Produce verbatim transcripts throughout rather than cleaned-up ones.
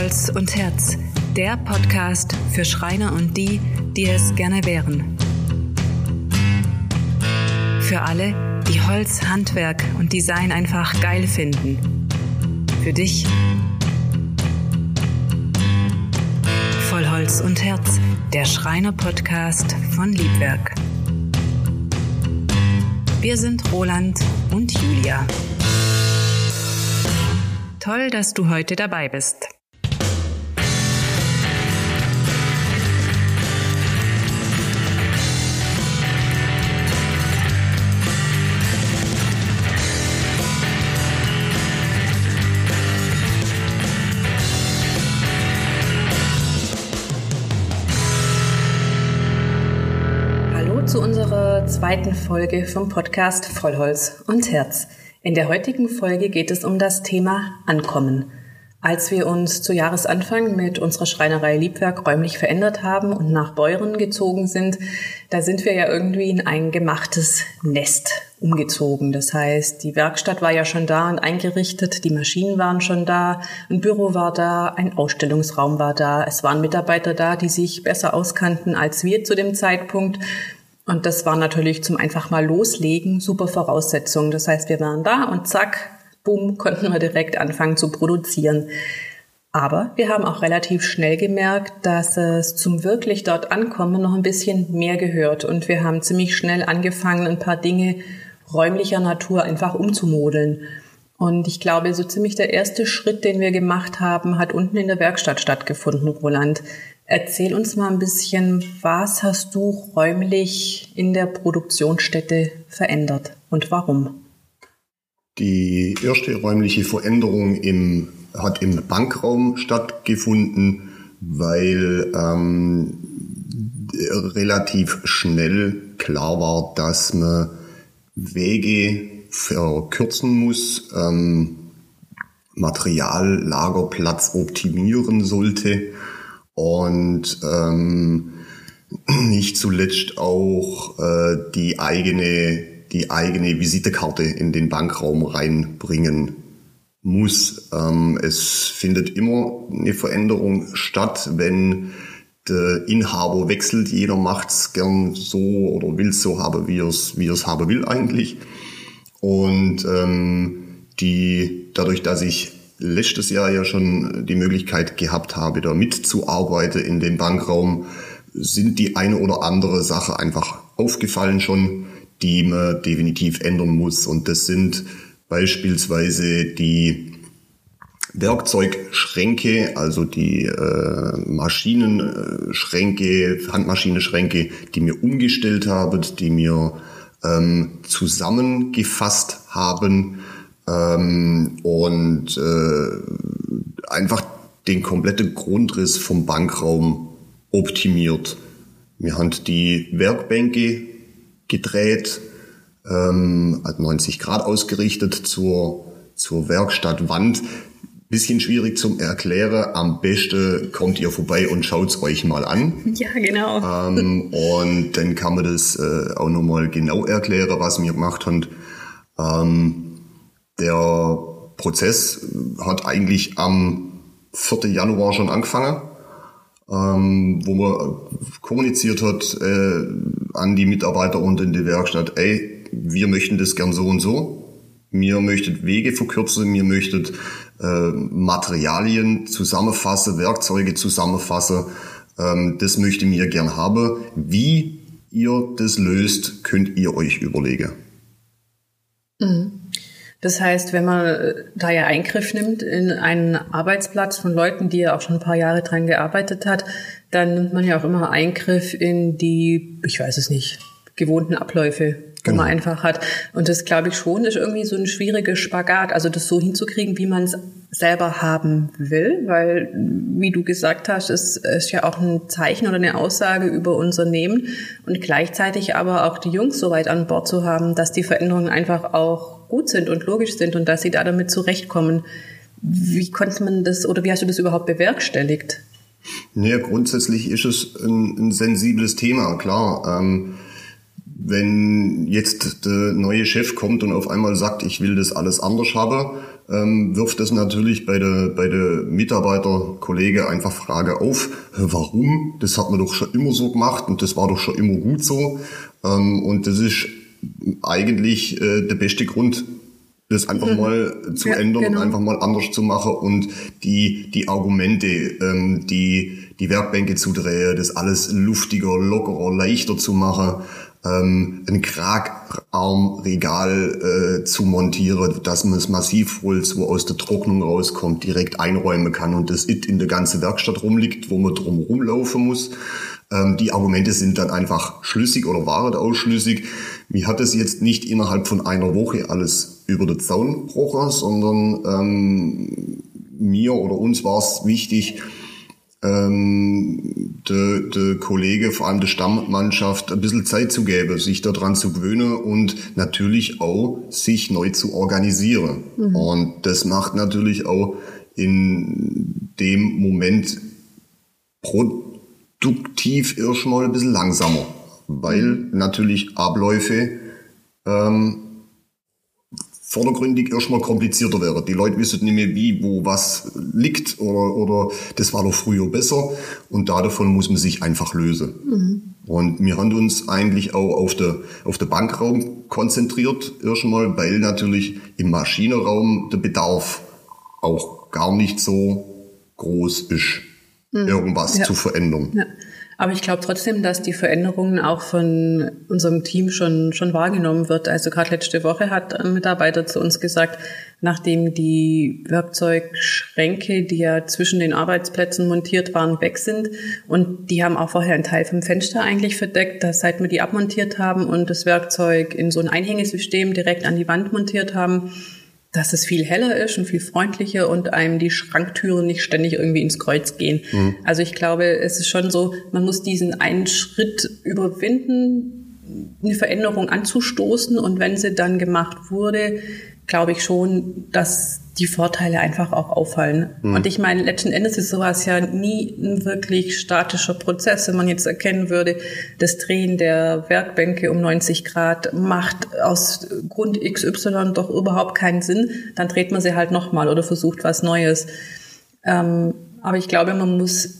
Holz und Herz, der Podcast für Schreiner und die, die es gerne wären. Für alle, die Holz, Handwerk und Design einfach geil finden. Für dich. Voll Holz und Herz, der Schreiner-Podcast von Liebwerk. Wir sind Roland und Julia. Toll, dass du heute dabei bist. Hallo zu unserer zweiten Folge vom Podcast Vollholz und Herz. In der heutigen Folge geht es um das Thema Ankommen. Als wir uns zu Jahresanfang mit unserer Schreinerei Liebwerk räumlich verändert haben und nach Beuren gezogen sind, da sind wir ja irgendwie in ein gemachtes Nest umgezogen. Das heißt, die Werkstatt war ja schon da und eingerichtet, die Maschinen waren schon da, ein Büro war da, ein Ausstellungsraum war da, es waren Mitarbeiter da, die sich besser auskannten als wir zu dem Zeitpunkt. Und das war natürlich zum einfach mal loslegen super Voraussetzung. Das heißt, wir waren da und zack, boom, konnten wir direkt anfangen zu produzieren. Aber wir haben auch relativ schnell gemerkt, dass es zum wirklich dort ankommen noch ein bisschen mehr gehört. Und wir haben ziemlich schnell angefangen, ein paar Dinge räumlicher Natur einfach umzumodeln. Und ich glaube, so ziemlich der erste Schritt, den wir gemacht haben, hat unten in der Werkstatt stattgefunden, Roland. Erzähl uns mal ein bisschen, was hast du räumlich in der Produktionsstätte verändert und warum? Die erste räumliche Veränderung im, hat im Bankraum stattgefunden, weil ähm, relativ schnell klar war, dass man Wege verkürzen muss, ähm, Material, Lagerplatz optimieren sollte. Und ähm, nicht zuletzt auch äh, die eigene die eigene Visitekarte in den Bankraum reinbringen muss. Ähm, es findet immer eine Veränderung statt, wenn der Inhaber wechselt. Jeder macht's gern so oder will's so haben, wie er's wie er's haben will eigentlich. Und ähm, die dadurch, dass ich letztes Jahr ja schon die Möglichkeit gehabt habe, da mitzuarbeiten in dem Bankraum, sind die eine oder andere Sache einfach aufgefallen schon, die man definitiv ändern muss. Und das sind beispielsweise die Werkzeugschränke, also die äh, Maschinenschränke, Handmaschinenschränke, die wir umgestellt haben, die wir ähm, zusammengefasst haben, und äh, einfach den kompletten Grundriss vom Bankraum optimiert. Wir haben die Werkbänke gedreht, ähm, neunzig Grad ausgerichtet zur, zur Werkstattwand. Bisschen schwierig zum Erklären. Am besten kommt ihr vorbei und schaut's euch mal an. Ja, genau. Ähm, und dann kann man das äh, auch nochmal genau erklären, was wir gemacht haben. Ähm, Der Prozess hat eigentlich am vierten Januar schon angefangen, ähm, wo man kommuniziert hat äh, an die Mitarbeiter und in die Werkstatt, ey, wir möchten das gern so und so, wir möchten Wege verkürzen, wir möchten äh, Materialien zusammenfassen, Werkzeuge zusammenfassen, ähm, das möchten wir gern haben. Wie ihr das löst, könnt ihr euch überlegen. Mhm. Das heißt, wenn man da ja Eingriff nimmt in einen Arbeitsplatz von Leuten, die ja auch schon ein paar Jahre dran gearbeitet hat, dann nimmt man ja auch immer Eingriff in die, ich weiß es nicht, gewohnten Abläufe, die genau. man einfach hat. Und das, glaube ich, schon ist irgendwie so ein schwieriger Spagat, also das so hinzukriegen, wie man es selber haben will, weil, wie du gesagt hast, es ist ja auch ein Zeichen oder eine Aussage über Unternehmen und gleichzeitig aber auch die Jungs so weit an Bord zu haben, dass die Veränderungen einfach auch gut sind und logisch sind und dass sie da damit zurechtkommen. Wie konnte man das oder wie hast du das überhaupt bewerkstelligt? Naja, grundsätzlich ist es ein, ein sensibles Thema, klar. Ähm, wenn jetzt der neue Chef kommt und auf einmal sagt, ich will das alles anders haben, ähm, wirft das natürlich bei der bei der Mitarbeiterkollege einfach Frage auf, warum? Das hat man doch schon immer so gemacht und das war doch schon immer gut so. Ähm, und das ist eigentlich äh, der beste Grund, das einfach mal zu ja, ändern genau. und einfach mal anders zu machen und die die Argumente, ähm, die die Werkbänke zu drehen, das alles luftiger, lockerer, leichter zu machen, ähm, ein Kragarmregal äh, zu montieren, dass man das Massivholz, wo aus der Trocknung rauskommt, direkt einräumen kann und das it in der ganzen Werkstatt rumliegt, wo man drum rumlaufen muss. Ähm, die Argumente sind dann einfach schlüssig oder waren ausschlüssig. Mir hat es jetzt nicht innerhalb von einer Woche alles über den Zaun gebrochen, sondern ähm, mir oder uns war es wichtig, ähm, der, der Kollege, vor allem der Stammmannschaft, ein bisschen Zeit zu geben, sich daran zu gewöhnen und natürlich auch sich neu zu organisieren. Mhm. Und das macht natürlich auch in dem Moment produktiv erstmal ein bisschen langsamer, weil mhm. natürlich Abläufe ähm, vordergründig erstmal komplizierter wäre. Die Leute wissen nicht mehr, wie, wo, was liegt oder, oder das war doch früher besser und davon muss man sich einfach lösen. Mhm. Und wir haben uns eigentlich auch auf der, auf der Bankraum konzentriert erstmal, weil natürlich im Maschinenraum der Bedarf auch gar nicht so groß ist, mhm. irgendwas ja. zu verändern. Ja. Aber ich glaube trotzdem, dass die Veränderungen auch von unserem Team schon schon wahrgenommen wird. Also gerade letzte Woche hat ein Mitarbeiter zu uns gesagt, nachdem die Werkzeugschränke, die ja zwischen den Arbeitsplätzen montiert waren, weg sind und die haben auch vorher einen Teil vom Fenster eigentlich verdeckt, dass seit wir die abmontiert haben und das Werkzeug in so ein Einhängesystem direkt an die Wand montiert haben, dass es viel heller ist und viel freundlicher und einem die Schranktüren nicht ständig irgendwie ins Kreuz gehen. Mhm. Also ich glaube, es ist schon so, man muss diesen einen Schritt überwinden, eine Veränderung anzustoßen und wenn sie dann gemacht wurde, glaube ich schon, dass die Vorteile einfach auch auffallen. Mhm. Und ich meine, letzten Endes ist sowas ja nie ein wirklich statischer Prozess. Wenn man jetzt erkennen würde, das Drehen der Werkbänke um neunzig Grad macht aus Grund X Y doch überhaupt keinen Sinn, dann dreht man sie halt nochmal oder versucht was Neues. Ähm, aber ich glaube, man muss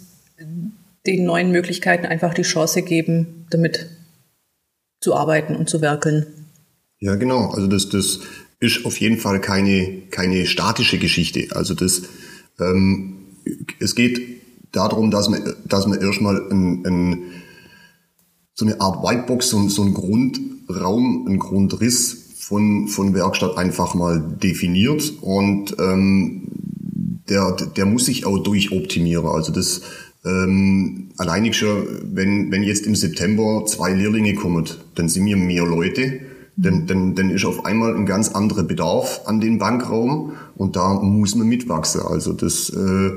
den neuen Möglichkeiten einfach die Chance geben, damit zu arbeiten und zu werkeln. Ja, genau. Also das, das ist auf jeden Fall keine keine statische Geschichte. Also das ähm, es geht darum, dass man dass man erstmal ein, ein, so eine Art Whitebox, so, so einen Grundraum, einen Grundriss von von Werkstatt einfach mal definiert und ähm, der der muss sich auch durchoptimieren. Also das ähm, alleinig schon, wenn wenn jetzt im September zwei Lehrlinge kommen, dann sind wir mehr Leute. Denn, denn, denn ist auf einmal ein ganz anderer Bedarf an den Bankraum und da muss man mitwachsen. Also das, äh,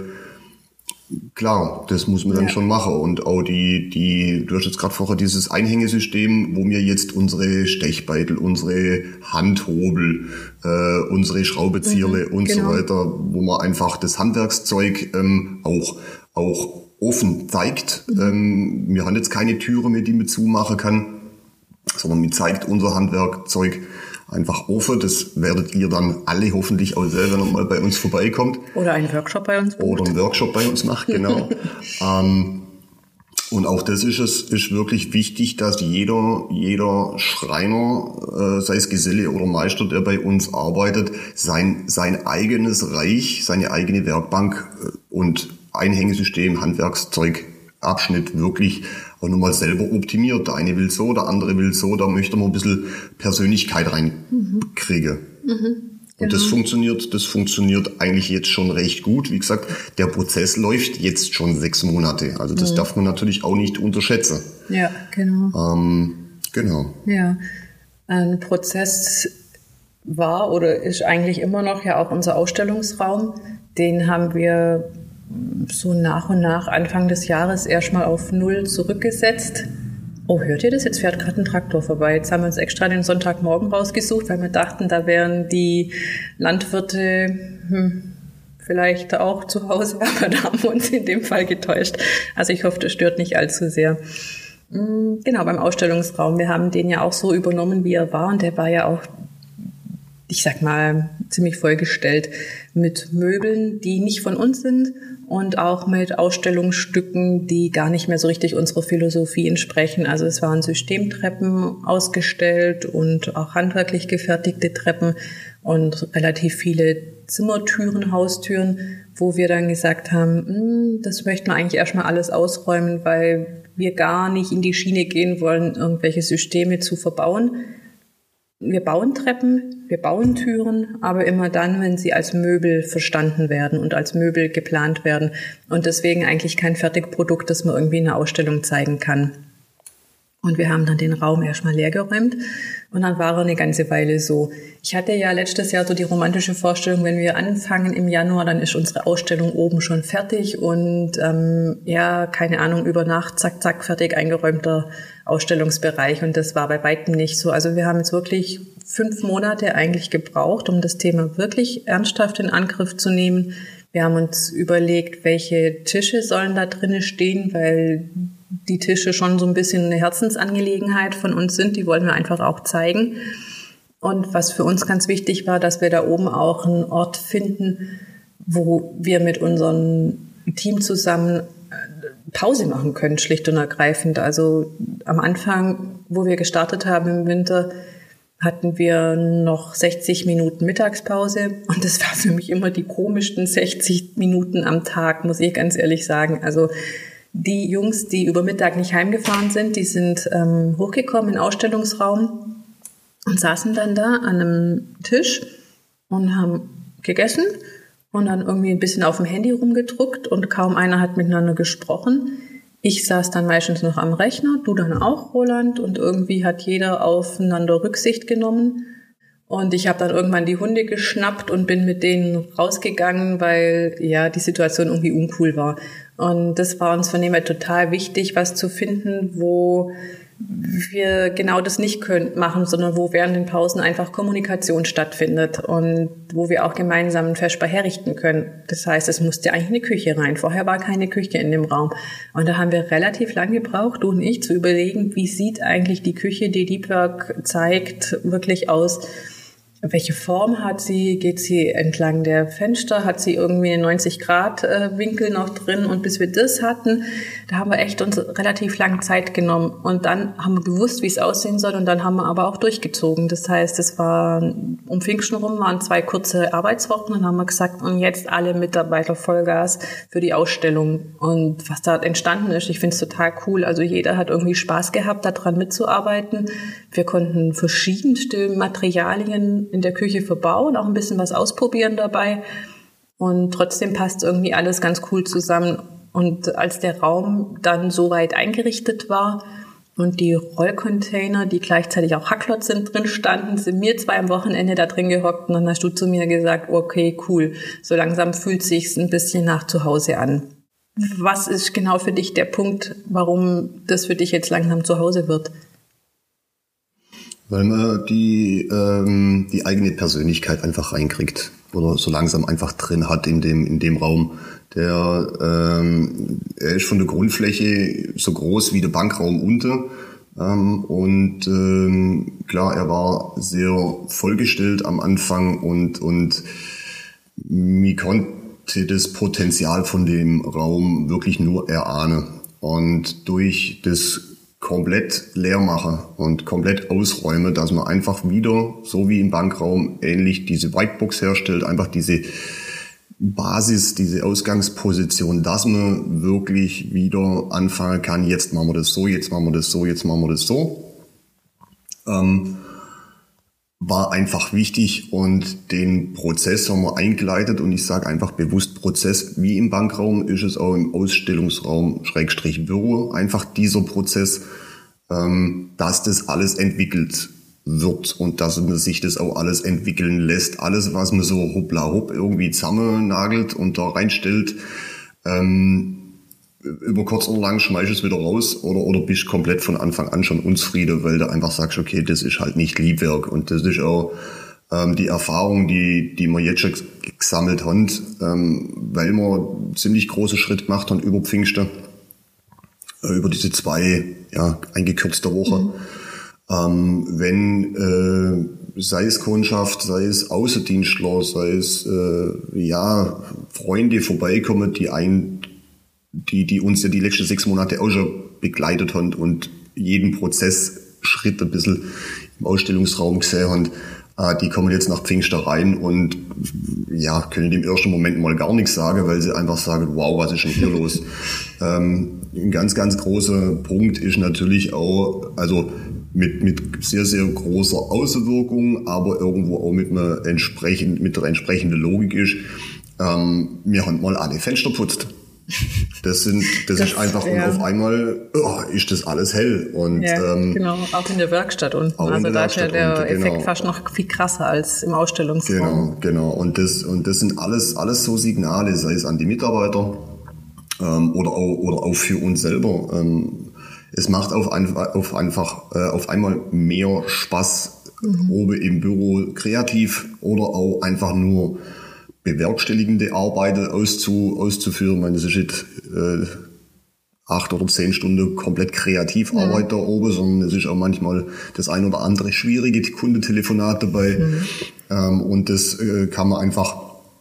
klar, das muss man dann ja. schon machen. Und auch die, die, du hast jetzt gerade vorher dieses Einhängesystem, wo wir jetzt unsere Stechbeitel, unsere Handhobel, äh, unsere Schraubenzieher mhm, und genau. so weiter, wo man einfach das Handwerkszeug ähm, auch, auch offen zeigt. Mhm. Ähm, wir haben jetzt keine Türe mehr, die man zumachen kann, sondern mir zeigt unser Handwerkzeug einfach offen. Das werdet ihr dann alle hoffentlich auch selber noch mal bei uns vorbeikommt. Oder einen Workshop bei uns macht. Oder einen Workshop bei uns macht, genau. ähm, und auch das ist es, ist wirklich wichtig, dass jeder, jeder Schreiner, äh, sei es Geselle oder Meister, der bei uns arbeitet, sein, sein eigenes Reich, seine eigene Werkbank und Einhängesystem, Handwerkszeug, Abschnitt wirklich auch nochmal selber optimiert. Der eine will so, der andere will so, da möchte man ein bisschen Persönlichkeit reinkriegen. Mhm. Mhm. Genau. Und das funktioniert, das funktioniert eigentlich jetzt schon recht gut. Wie gesagt, der Prozess läuft jetzt schon sechs Monate. Also das mhm. darf man natürlich auch nicht unterschätzen. Ja, genau. Ähm, genau. Ja, ein Prozess war oder ist eigentlich immer noch ja auch unser Ausstellungsraum. Den haben wir so nach und nach Anfang des Jahres erstmal auf Null zurückgesetzt. Oh, hört ihr das? Jetzt fährt gerade ein Traktor vorbei. Jetzt haben wir uns extra den Sonntagmorgen rausgesucht, weil wir dachten, da wären die Landwirte hm, vielleicht auch zu Hause, aber da haben wir uns in dem Fall getäuscht. Also ich hoffe, das stört nicht allzu sehr. Genau, beim Ausstellungsraum. Wir haben den ja auch so übernommen, wie er war und der war ja auch ich sag mal, ziemlich vollgestellt mit Möbeln, die nicht von uns sind und auch mit Ausstellungsstücken, die gar nicht mehr so richtig unserer Philosophie entsprechen. Also es waren Systemtreppen ausgestellt und auch handwerklich gefertigte Treppen und relativ viele Zimmertüren, Haustüren, wo wir dann gesagt haben, das möchten wir eigentlich erstmal alles ausräumen, weil wir gar nicht in die Schiene gehen wollen, irgendwelche Systeme zu verbauen. Wir bauen Treppen, wir bauen Türen, aber immer dann, wenn sie als Möbel verstanden werden und als Möbel geplant werden. Und deswegen eigentlich kein Fertigprodukt, das man irgendwie in einer Ausstellung zeigen kann. Und wir haben dann den Raum erstmal leergeräumt und dann war er eine ganze Weile so. Ich hatte ja letztes Jahr so die romantische Vorstellung, wenn wir anfangen im Januar, dann ist unsere Ausstellung oben schon fertig und ähm, ja, keine Ahnung, über Nacht, zack, zack, fertig eingeräumter Ausstellungsbereich. Und das war bei weitem nicht so. Also wir haben jetzt wirklich fünf Monate eigentlich gebraucht, um das Thema wirklich ernsthaft in Angriff zu nehmen. Wir haben uns überlegt, welche Tische sollen da drinnen stehen, weil die Tische schon so ein bisschen eine Herzensangelegenheit von uns sind. Die wollen wir einfach auch zeigen. Und was für uns ganz wichtig war, dass wir da oben auch einen Ort finden, wo wir mit unserem Team zusammen Pause machen können, schlicht und ergreifend. Also am Anfang, wo wir gestartet haben im Winter, hatten wir noch sechzig Minuten Mittagspause. Und das war für mich immer die komischsten sechzig Minuten am Tag, muss ich ganz ehrlich sagen. Also die Jungs, die über Mittag nicht heimgefahren sind, die sind ähm, hochgekommen in den Ausstellungsraum und saßen dann da an einem Tisch und haben gegessen und dann irgendwie ein bisschen auf dem Handy rumgedruckt und kaum einer hat miteinander gesprochen. Ich saß dann meistens noch am Rechner, du dann auch, Roland, und irgendwie hat jeder aufeinander Rücksicht genommen. Und ich habe dann irgendwann die Hunde geschnappt und bin mit denen rausgegangen, weil ja die Situation irgendwie uncool war. Und das war uns von dem her total wichtig, was zu finden, wo wir genau das nicht können, machen, sondern wo während den Pausen einfach Kommunikation stattfindet und wo wir auch gemeinsam ein Vesper herrichten können. Das heißt, es musste eigentlich eine Küche rein. Vorher war keine Küche in dem Raum. Und da haben wir relativ lange gebraucht, du und ich, zu überlegen, wie sieht eigentlich die Küche, die Deepwork zeigt, wirklich aus. Welche Form hat sie? Geht sie entlang der Fenster? Hat sie irgendwie einen neunzig Grad Winkel noch drin? Und bis wir das hatten, da haben wir echt uns relativ lange Zeit genommen. Und dann haben wir gewusst, wie es aussehen soll. Und dann haben wir aber auch durchgezogen. Das heißt, es war um Pfingsten rum, waren zwei kurze Arbeitswochen. Dann haben wir gesagt, und jetzt alle Mitarbeiter Vollgas für die Ausstellung. Und was da entstanden ist, ich finde es total cool. Also jeder hat irgendwie Spaß gehabt, daran mitzuarbeiten. Wir konnten verschiedenste Materialien in der Küche verbauen, auch ein bisschen was ausprobieren dabei. Und trotzdem passt irgendwie alles ganz cool zusammen. Und als der Raum dann soweit eingerichtet war und die Rollcontainer, die gleichzeitig auch Hackklotz sind, drin standen, sind mir zwei am Wochenende da drin gehockt und dann hast du zu mir gesagt, okay, cool, so langsam fühlt sich's ein bisschen nach zu Hause an. Was ist genau für dich der Punkt, warum das für dich jetzt langsam zu Hause wird? Weil man die, ähm, die eigene Persönlichkeit einfach reinkriegt oder so langsam einfach drin hat in dem, in dem Raum. Der, ähm, er ist von der Grundfläche so groß wie der Bankraum unter. Ähm, und ähm, klar, er war sehr vollgestellt am Anfang und, und mir konnte das Potenzial von dem Raum wirklich nur erahnen. Und durch das komplett leer mache und komplett ausräume, dass man einfach wieder, so wie im Bankraum, ähnlich diese Whitebox herstellt, einfach diese Basis, diese Ausgangsposition, dass man wirklich wieder anfangen kann, jetzt machen wir das so, jetzt machen wir das so, jetzt machen wir das so, ähm, war einfach wichtig und den Prozess haben wir eingeleitet und ich sage einfach bewusst Prozess, wie im Bankraum ist es auch im Ausstellungsraum Schrägstrich Büro, einfach dieser Prozess, ähm, dass das alles entwickelt wird und dass man sich das auch alles entwickeln lässt. Alles, was man so hoppla hopp irgendwie zusammennagelt und da reinstellt, ähm, über kurz oder lang schmeißt es wieder raus oder, oder bist komplett von Anfang an schon unzufrieden, weil du einfach sagst, okay, das ist halt nicht Liebwerk. Und das ist auch ähm, die Erfahrung, die, die wir jetzt schon gesammelt haben, ähm, weil wir ziemlich große Schritt gemacht haben über Pfingsten, äh, über diese zwei, ja, eingekürzte Woche. Mhm. Ähm, wenn, äh, sei es Kundschaft, sei es Außendienstler, sei es, äh, ja, Freunde vorbeikommen, die ein, die, die uns ja die letzten sechs Monate auch schon begleitet haben und jeden Prozessschritt ein bisschen im Ausstellungsraum gesehen haben, äh, die kommen jetzt nach Pfingster rein und, ja, können im ersten Moment mal gar nichts sagen, weil sie einfach sagen, wow, was ist denn hier los? Ähm, ein ganz, ganz großer Punkt ist natürlich auch, also, mit, mit sehr, sehr großer Außenwirkung, aber irgendwo auch mit einer entsprechend, mit der entsprechenden Logik ist, ähm, wir haben mal alle Fenster putzt. Das sind, das, das ist einfach, ja. Und auf einmal, oh, ist das alles hell. Und, ja, ähm, genau, auch in der Werkstatt unten. Also da ist ja der und, Effekt genau. fast noch viel krasser als im Ausstellungsraum. Genau, genau. Und das, und das sind alles, alles so Signale, sei es an die Mitarbeiter, ähm, oder auch, oder auch für uns selber. Ähm, Es macht auf, ein, auf einfach äh, auf einmal mehr Spaß, mhm. oben im Büro kreativ oder auch einfach nur bewerkstelligende Arbeiten auszu, auszuführen. Ich meine, das ist jetzt äh, acht oder zehn Stunden komplett kreativ mhm. Arbeit da oben, sondern es ist auch manchmal das ein oder andere schwierige Kundentelefonat dabei. Mhm. Ähm, und das äh, kann man einfach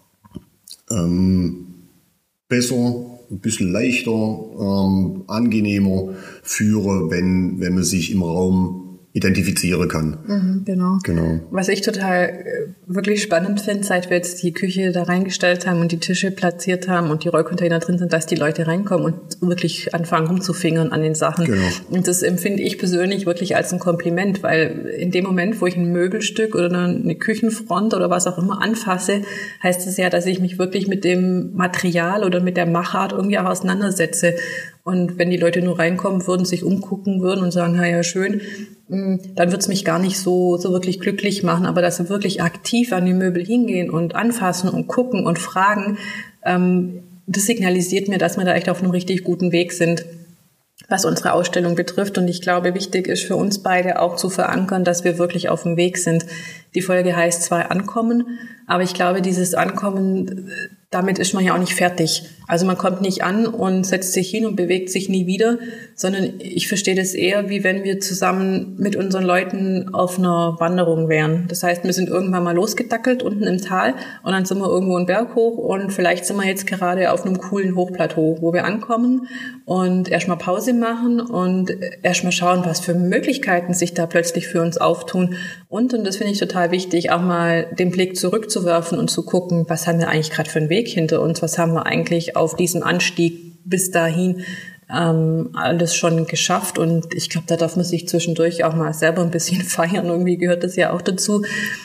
ähm, besser, ein bisschen leichter, ähm, angenehmer führen, wenn, wenn man sich im Raum identifizieren kann. Mhm, genau. genau. Was ich total äh, wirklich spannend finde, seit wir jetzt die Küche da reingestellt haben und die Tische platziert haben und die Rollcontainer drin sind, dass die Leute reinkommen und wirklich anfangen rumzufingern an den Sachen. Genau. Und das empfinde ich persönlich wirklich als ein Kompliment, weil in dem Moment, wo ich ein Möbelstück oder eine Küchenfront oder was auch immer anfasse, heißt es ja, dass ich mich wirklich mit dem Material oder mit der Machart irgendwie auch auseinandersetze. Und wenn die Leute nur reinkommen würden, sich umgucken würden und sagen, na ja, schön, dann wird es mich gar nicht so so wirklich glücklich machen. Aber dass sie wirklich aktiv an die Möbel hingehen und anfassen und gucken und fragen, ähm, das signalisiert mir, dass wir da echt auf einem richtig guten Weg sind, was unsere Ausstellung betrifft. Und ich glaube, wichtig ist für uns beide auch zu verankern, dass wir wirklich auf dem Weg sind. Die Folge heißt zwar Ankommen, aber ich glaube, dieses Ankommen, damit ist man ja auch nicht fertig. Also man kommt nicht an und setzt sich hin und bewegt sich nie wieder, sondern ich verstehe das eher, wie wenn wir zusammen mit unseren Leuten auf einer Wanderung wären. Das heißt, wir sind irgendwann mal losgedackelt unten im Tal und dann sind wir irgendwo einen Berg hoch und vielleicht sind wir jetzt gerade auf einem coolen Hochplateau, wo wir ankommen und erstmal Pause machen und erstmal schauen, was für Möglichkeiten sich da plötzlich für uns auftun. Und, und das finde ich total wichtig, auch mal den Blick zurückzuwerfen und zu gucken, was haben wir eigentlich gerade für einen Weg hinter uns, was haben wir eigentlich auf diesem Anstieg bis dahin ähm, alles schon geschafft. Und ich glaube, da darf man sich zwischendurch auch mal selber ein bisschen feiern, irgendwie gehört das ja auch dazu.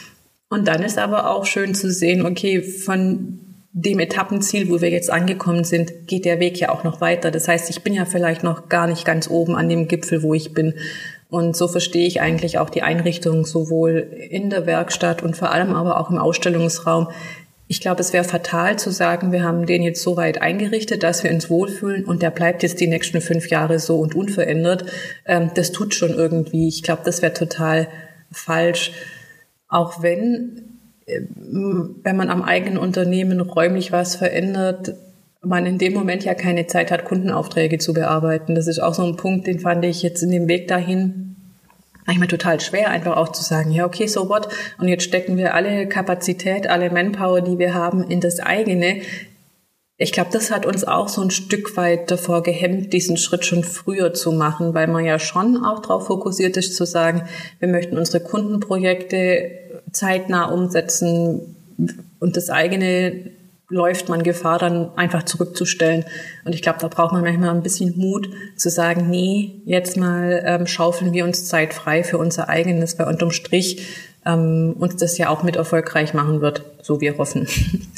Und dann ist aber auch schön zu sehen, okay, von dem Etappenziel, wo wir jetzt angekommen sind, geht der Weg ja auch noch weiter. Das heißt, ich bin ja vielleicht noch gar nicht ganz oben an dem Gipfel, wo ich bin. Und so verstehe ich eigentlich auch die Einrichtung sowohl in der Werkstatt und vor allem aber auch im Ausstellungsraum. Ich glaube, es wäre fatal zu sagen, wir haben den jetzt so weit eingerichtet, dass wir uns wohlfühlen und der bleibt jetzt die nächsten fünf Jahre so und unverändert. Das tut schon irgendwie. Ich glaube, das wäre total falsch. Auch wenn, wenn man am eigenen Unternehmen räumlich was verändert, man in dem Moment ja keine Zeit hat, Kundenaufträge zu bearbeiten. Das ist auch so ein Punkt, den fand ich jetzt in dem Weg dahin manchmal total schwer, einfach auch zu sagen, ja, okay, so what? Und jetzt stecken wir alle Kapazität, alle Manpower, die wir haben, in das eigene. Ich glaube, das hat uns auch so ein Stück weit davor gehemmt, diesen Schritt schon früher zu machen, weil man ja schon auch darauf fokussiert ist, zu sagen, wir möchten unsere Kundenprojekte zeitnah umsetzen und das eigene läuft man Gefahr, dann einfach zurückzustellen. Und ich glaube, da braucht man manchmal ein bisschen Mut zu sagen, nee, jetzt mal ähm, schaufeln wir uns Zeit frei für unser eigenes, weil unterm Strich ähm, uns das ja auch mit erfolgreich machen wird, so wir hoffen.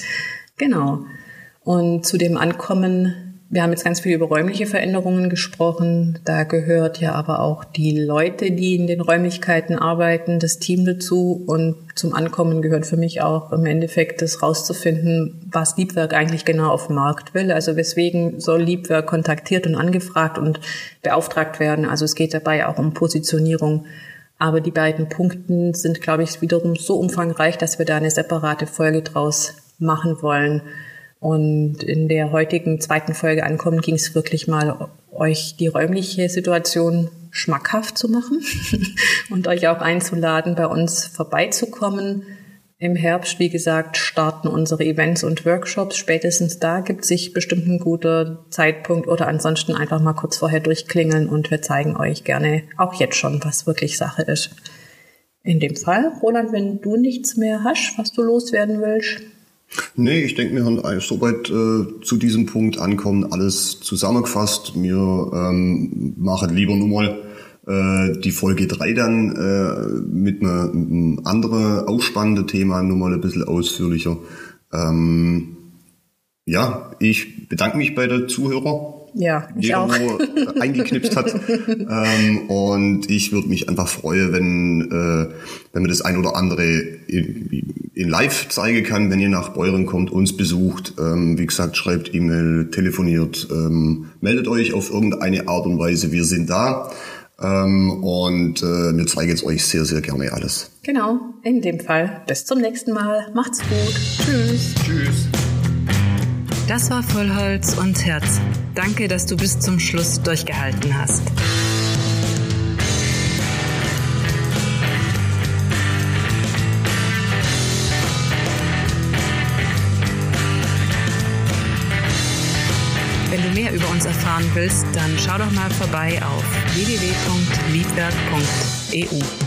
Genau. Und zu dem Ankommen, wir haben jetzt ganz viel über räumliche Veränderungen gesprochen. Da gehört ja aber auch die Leute, die in den Räumlichkeiten arbeiten, das Team dazu. Und zum Ankommen gehört für mich auch im Endeffekt das rauszufinden, was Liebwerk eigentlich genau auf dem Markt will. Also weswegen soll Liebwerk kontaktiert und angefragt und beauftragt werden. Also es geht dabei auch um Positionierung. Aber die beiden Punkte sind, glaube ich, wiederum so umfangreich, dass wir da eine separate Folge draus machen wollen. Und in der heutigen zweiten Folge Ankommen ging es wirklich mal, euch die räumliche Situation schmackhaft zu machen und euch auch einzuladen, bei uns vorbeizukommen. Im Herbst, wie gesagt, starten unsere Events und Workshops. Spätestens da gibt sich bestimmt ein guter Zeitpunkt oder ansonsten einfach mal kurz vorher durchklingeln und wir zeigen euch gerne auch jetzt schon, was wirklich Sache ist. In dem Fall, Roland, wenn du nichts mehr hast, was du loswerden willst. Nee, ich denke, wir haben eigentlich soweit äh, zu diesem Punkt ankommen, alles zusammengefasst. Wir ähm, machen lieber nur mal äh, die Folge drei dann äh, mit einem, einem anderen ausspannenden Thema, nur mal ein bisschen ausführlicher. Ähm, ja, ich bedanke mich bei den Zuhörern. Ja, ich Jeder, auch. wo eingeknipst hat. ähm, und ich würde mich einfach freuen, wenn, äh, wenn man das ein oder andere in, in live zeigen kann, wenn ihr nach Beuren kommt, uns besucht. Ähm, wie gesagt, schreibt E-Mail, telefoniert, ähm, meldet euch auf irgendeine Art und Weise. Wir sind da. Ähm, und äh, wir zeigen es euch sehr, sehr gerne alles. Genau, in dem Fall. Bis zum nächsten Mal. Macht's gut. Tschüss. Tschüss. Das war Vollholz und Herz. Danke, dass du bis zum Schluss durchgehalten hast. Wenn du mehr über uns erfahren willst, dann schau doch mal vorbei auf w w w punkt liedwerk punkt e u.